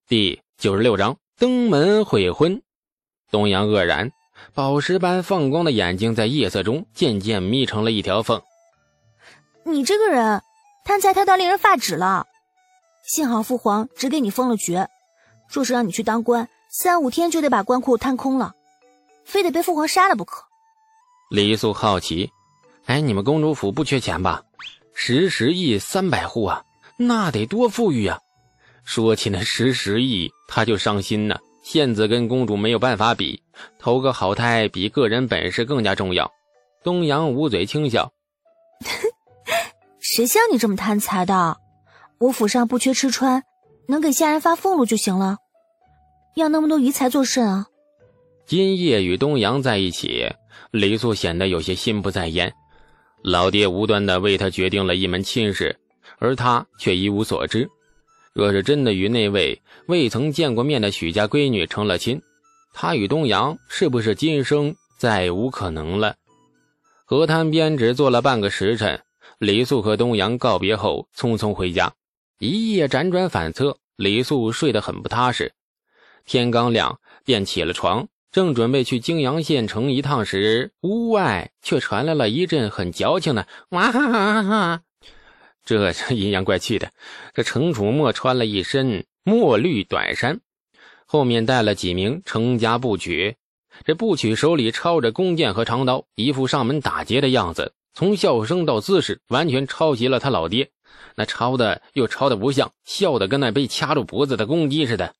第96章登门会婚。东阳愕然，宝石般放光的眼睛在夜色中渐渐眯成了一条缝。 你这个人贪财贪到令人发指了，幸好父皇只给你封了爵，若是让你去当官，3、5天就得把官库贪空了，非得被父皇杀了不可。 李素好奇，你们公主府不缺钱吧？10亿300户啊，那得多富裕啊！说起那10亿，他就伤心呢。县子跟公主没有办法比，投个好胎比个人本事更加重要。东阳捂嘴轻笑， 谁像你这么贪财的？我府上不缺吃穿，能给下人发俸禄就行了，要那么多余财做甚啊？ 今夜与东阳在一起，李素显得有些心不在焉。老爹无端地为他决定了一门亲事，而他却一无所知。若是真的与那位未曾见过面的许家闺女成了亲，他与东阳是不是今生再无可能了？河滩边只坐了半个时辰，李素和东阳告别后匆匆回家。一夜辗转反侧，李素睡得很不踏实。天刚亮便起了床，正准备去泾阳县城一趟时，屋外却传来了一阵很矫情的哇哈哈哈。这阴阳怪气的，这程楚墨穿了一身墨绿短衫，后面带了几名程家部曲。这部曲手里抄着弓箭和长刀，一副上门打劫的样子，从笑声到姿势完全抄袭了他老爹。那抄的又抄的不像，笑的跟那被掐住脖子的公鸡似的。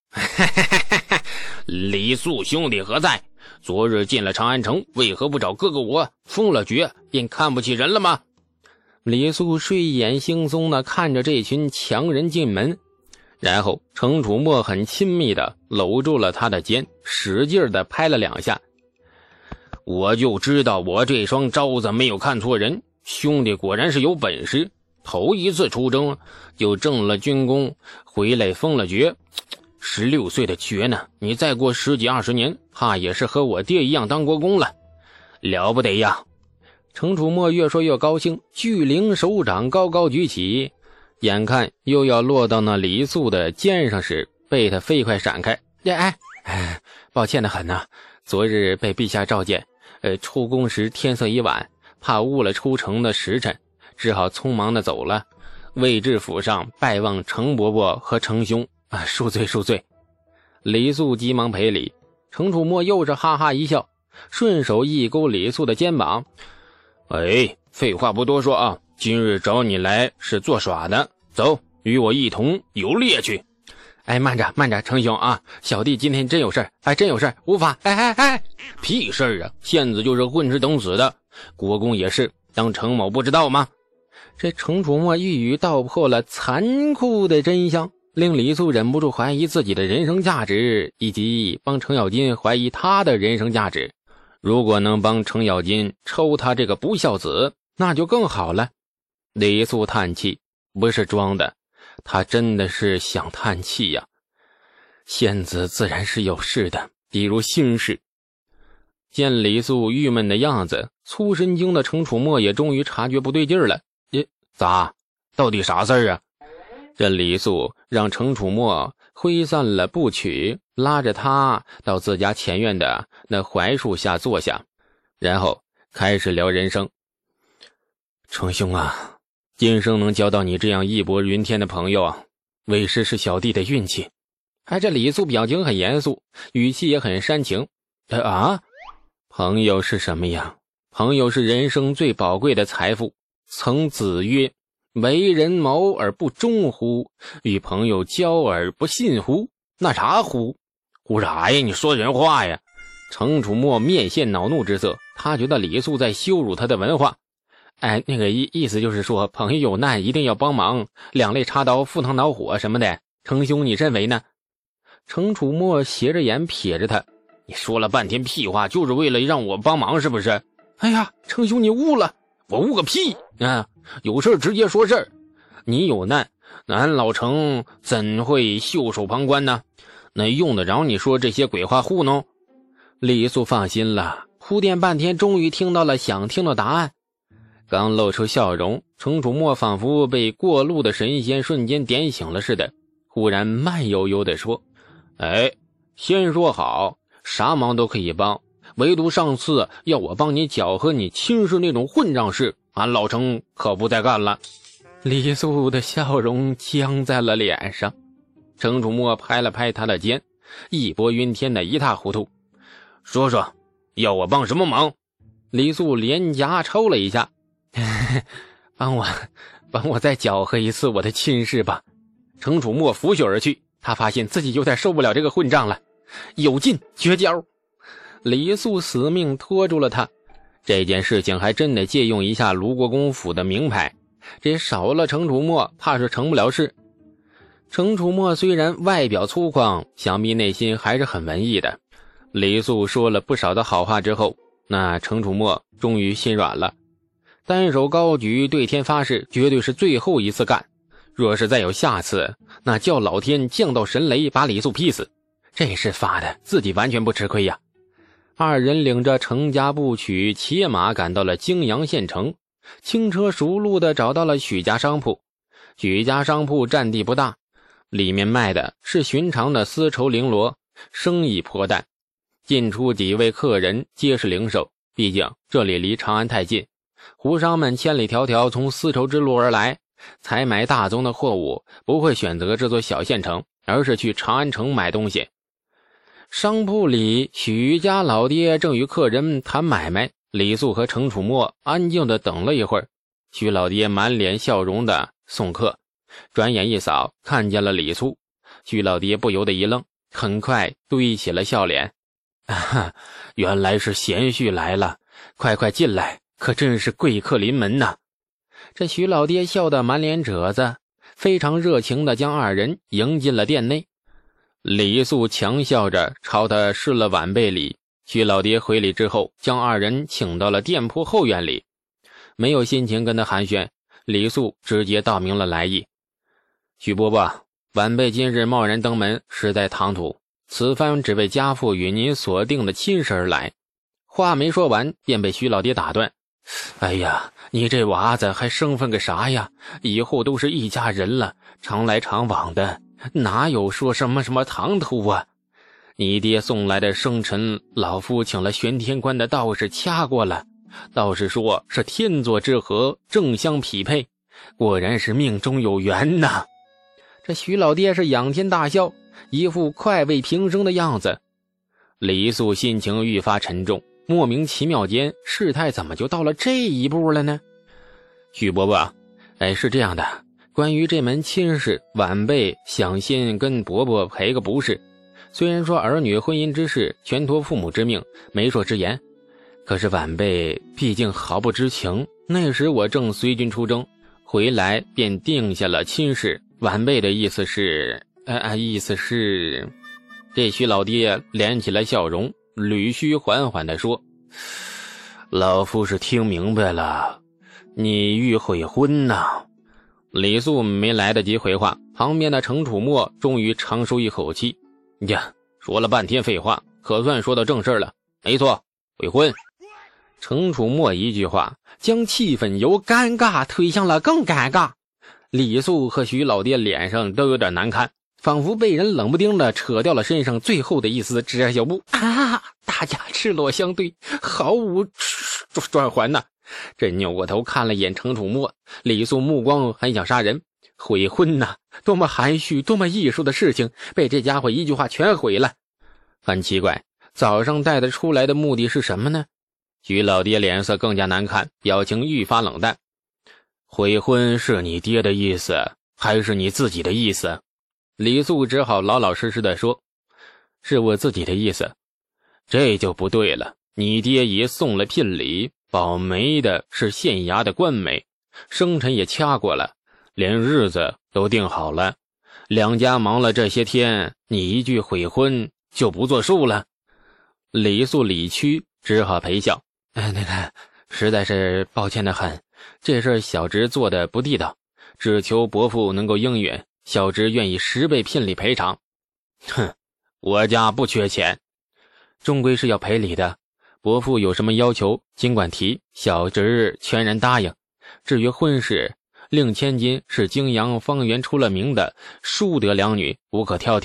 李素兄弟何在？昨日进了长安城，为何不找哥哥我？封了爵便看不起人了吗？李素睡眼惺忪地看着这群强人进门，然后程楚墨很亲密地搂住了他的肩，使劲地拍了2下。我就知道我这双招子没有看错人，兄弟果然是有本事，头一次出征就挣了军功，回来封了爵。16岁的爵呢，你再过10几20年，怕也是和我爹一样当国公了，了不得呀！程楚墨越说越高兴，巨灵手掌高高举起，眼看又要落到那李素的肩上时，被他飞快闪开。抱歉的很啊，昨日被陛下召见，出宫时天色已晚，怕误了出城的时辰，只好匆忙的走了。未至府上拜望程伯伯和程兄，恕罪恕罪。李素急忙赔礼，程楚墨又是哈哈一笑，顺手一勾李素的肩膀。废话不多说啊，今日找你来是做耍的，走，与我一同游猎去。慢着程兄啊，小弟今天真有事真有事，无法。屁事啊，县子就是混吃等死的，国公也是，当程某不知道吗？这程楚墨一语道破了残酷的真相，令李素忍不住怀疑自己的人生价值，以及帮程咬金怀疑他的人生价值。如果能帮程咬金抽他这个不孝子，那就更好了。李素叹气，不是装的，他真的是想叹气呀。县子自然是有事的，比如心事。见李素郁闷的样子，粗神经的程楚墨也终于察觉不对劲了。咋？到底啥事儿啊？这李素让程楚墨挥散了部曲，拉着他到自家前院的那槐树下坐下，然后开始聊人生。程兄啊，今生能交到你这样义薄云天的朋友啊，为师是小弟的运气。这李素表情很严肃，语气也很煽情。朋友是什么呀？朋友是人生最宝贵的财富。曾子曰，为人谋而不忠乎？与朋友交而不信乎？那啥乎？乎啥呀？你说人话呀！程楚墨面现恼怒之色，他觉得李素在羞辱他的文化。那个意思就是说，朋友有难一定要帮忙，两肋插刀，赴汤蹈火什么的。程兄你认为呢？程楚墨斜着眼瞥着他，你说了半天屁话，就是为了让我帮忙是不是？程兄你悟了。我悟个屁啊！有事直接说事儿。你有难，俺老程怎会袖手旁观呢？那用得着你说这些鬼话糊弄？李素放心了，铺垫半天终于听到了想听的答案。刚露出笑容，程楚墨仿佛被过路的神仙瞬间点醒了似的，忽然慢悠悠地说， 哎，先说好，啥忙都可以帮，唯独上次要我帮你搅和你亲事那种混账事，俺老程可不再干了。李素的笑容僵在了脸上，程楚墨拍了拍他的肩，一波晕天的一塌糊涂。说说，要我帮什么忙？李素脸颊抽了一下，帮我再搅和一次我的亲事吧。程楚墨拂袖而去，他发现自己有点受不了这个混账了，有劲绝交。李素死命拖住了他，这件事情还真得借用一下卢国公府的名牌，这少了程楚墨怕是成不了事。程楚墨虽然外表粗犷，想必内心还是很文艺的。李素说了不少的好话之后，那程楚墨终于心软了，单手高举对天发誓，绝对是最后一次干，若是再有下次，那叫老天降到神雷把李素劈死。这事发的自己完全不吃亏呀。二人领着程家部曲骑马赶到了泾阳县城，轻车熟路地找到了许家商铺。许家商铺占地不大，里面卖的是寻常的丝绸绫罗，生意颇淡。进出几位客人皆是零售，毕竟这里离长安太近，胡商们千里迢迢从丝绸之路而来，采买大宗的货物不会选择这座小县城，而是去长安城买东西。商铺里，许家老爹正与客人谈买卖，李素和程楚墨安静地等了一会儿。许老爹满脸笑容地送客，转眼一扫看见了李素，许老爹不由得一愣，很快堆起了笑脸。原来是贤婿来了，快快进来，可真是贵客临门呐。这许老爹笑得满脸褶子，非常热情地将二人迎进了店内。李素强笑着朝他施了晚辈礼，许老爹回礼之后，将二人请到了店铺后院里。没有心情跟他寒暄，李素直接道明了来意。许伯伯，晚辈今日贸然登门，实在唐突，此番只为家父与您所定的亲事而来。话没说完，便被许老爹打断。哎呀，你这娃子还生分个啥呀？以后都是一家人了，常来常往的，哪有说什么唐突啊？你爹送来的生辰，老夫请了玄天关的道士掐过了，道士说是天作之合，正相匹配，果然是命中有缘呐。这许老爹是仰天大笑，一副快慰平生的样子。李素心情愈发沉重，莫名其妙间事态怎么就到了这一步了呢？许伯伯，是这样的，关于这门亲事，晚辈想先跟伯伯赔个不是。虽然说儿女婚姻之事全托父母之命，媒妁之言，可是晚辈毕竟毫不知情，那时我正随军出征，回来便定下了亲事。晚辈的意思是这许老爹敛起了笑容，捋须缓缓地说，老夫是听明白了，你欲悔婚呐。李素没来得及回话，旁边的程楚墨终于长舒一口气，呀，说了半天废话，可算说到正事了。没错，悔婚。程楚墨一句话将气氛由尴尬推向了更尴尬。李素和许老爹脸上都有点难看，仿佛被人冷不丁的扯掉了身上最后的一丝遮羞布啊！大家赤裸相对，毫无转圜呐。这扭过头看了眼程楚墨，李素目光很想杀人。悔婚呐，多么含蓄多么艺术的事情，被这家伙一句话全毁了。很奇怪，早上带的出来的目的是什么呢？许老爹脸色更加难看，表情愈发冷淡。悔婚是你爹的意思，还是你自己的意思？李素只好老老实实地说，是我自己的意思。这就不对了，你爹爷送了聘礼，保媒的是县衙的官媒，生辰也掐过了，连日子都定好了，两家忙了这些天，你一句悔婚就不作数了。李素理屈，只好陪笑，实在是抱歉的很，这事小侄做的不地道，只求伯父能够应允，小侄愿意10倍聘礼赔偿。哼，我家不缺钱，终归是要赔礼的，伯父有什么要求尽管提，小侄全然答应。至于婚事，令千金是泾阳方圆出了名的淑德良女，无可挑剔，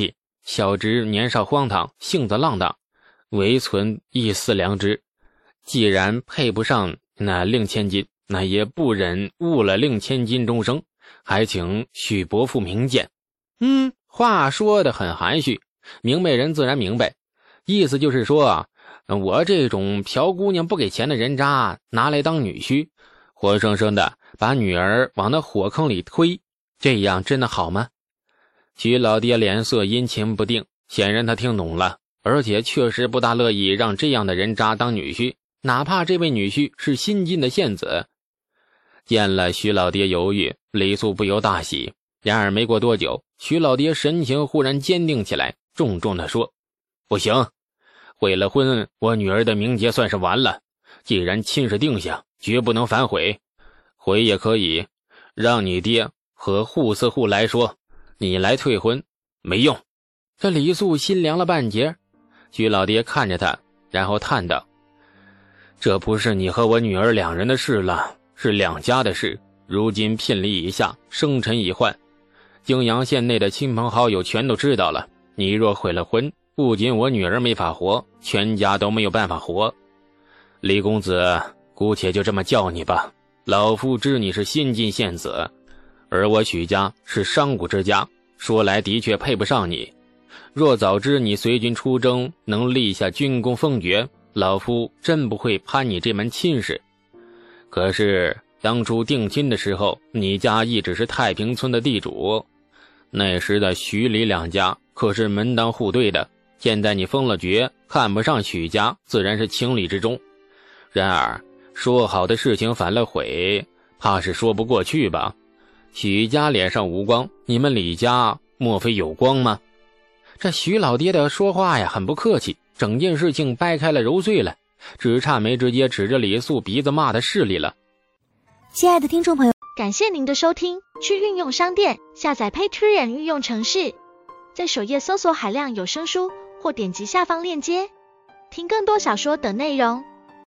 小侄年少荒唐，性子浪荡，唯存一丝良知。既然配不上那令千金，那也不忍误了令千金终生，还请许伯父明鉴。话说得很含蓄，明白人自然明白，意思就是说啊，我这种嫖姑娘不给钱的人渣拿来当女婿，活生生的把女儿往那火坑里推，这样真的好吗？徐老爹脸色阴晴不定，显然他听懂了，而且确实不大乐意让这样的人渣当女婿，哪怕这位女婿是新晋的县子。见了徐老爹犹豫，李素不由大喜。然而没过多久，徐老爹神情忽然坚定起来，重重地说：不行，毁了婚，我女儿的名节算是完了。既然亲事定下，绝不能反悔。悔也可以让你爹和扈四户来说，你来退婚没用。这李素心凉了半截。徐老爹看着他，然后叹道：这不是你和我女儿两人的事了，是两家的事。如今聘礼已下，生辰已换，泾阳县内的亲朋好友全都知道了。你若毁了婚，不仅我女儿没法活，全家都没有办法活。李公子，姑且就这么叫你吧。老夫知你是新晋县子，而我许家是商贾之家，说来的确配不上你。若早知你随军出征，能立下军功封爵，老夫真不会攀你这门亲事。可是当初定亲的时候，你家亦只是太平村的地主，那时的徐李两家可是门当户对的。现在你封了爵，看不上许家，自然是情理之中。然而说好的事情反了悔，怕是说不过去吧。许家脸上无光，你们李家莫非有光吗？这徐老爹的说话呀很不客气，整件事情掰开了揉碎了，只差没直接指着李素鼻子骂他势利了。 亲爱的听众朋友， 感谢您的收听，去运用商店下载 Patreon 运用程式，在首页搜索海量有声书，或点击下方链接听更多小说等内容。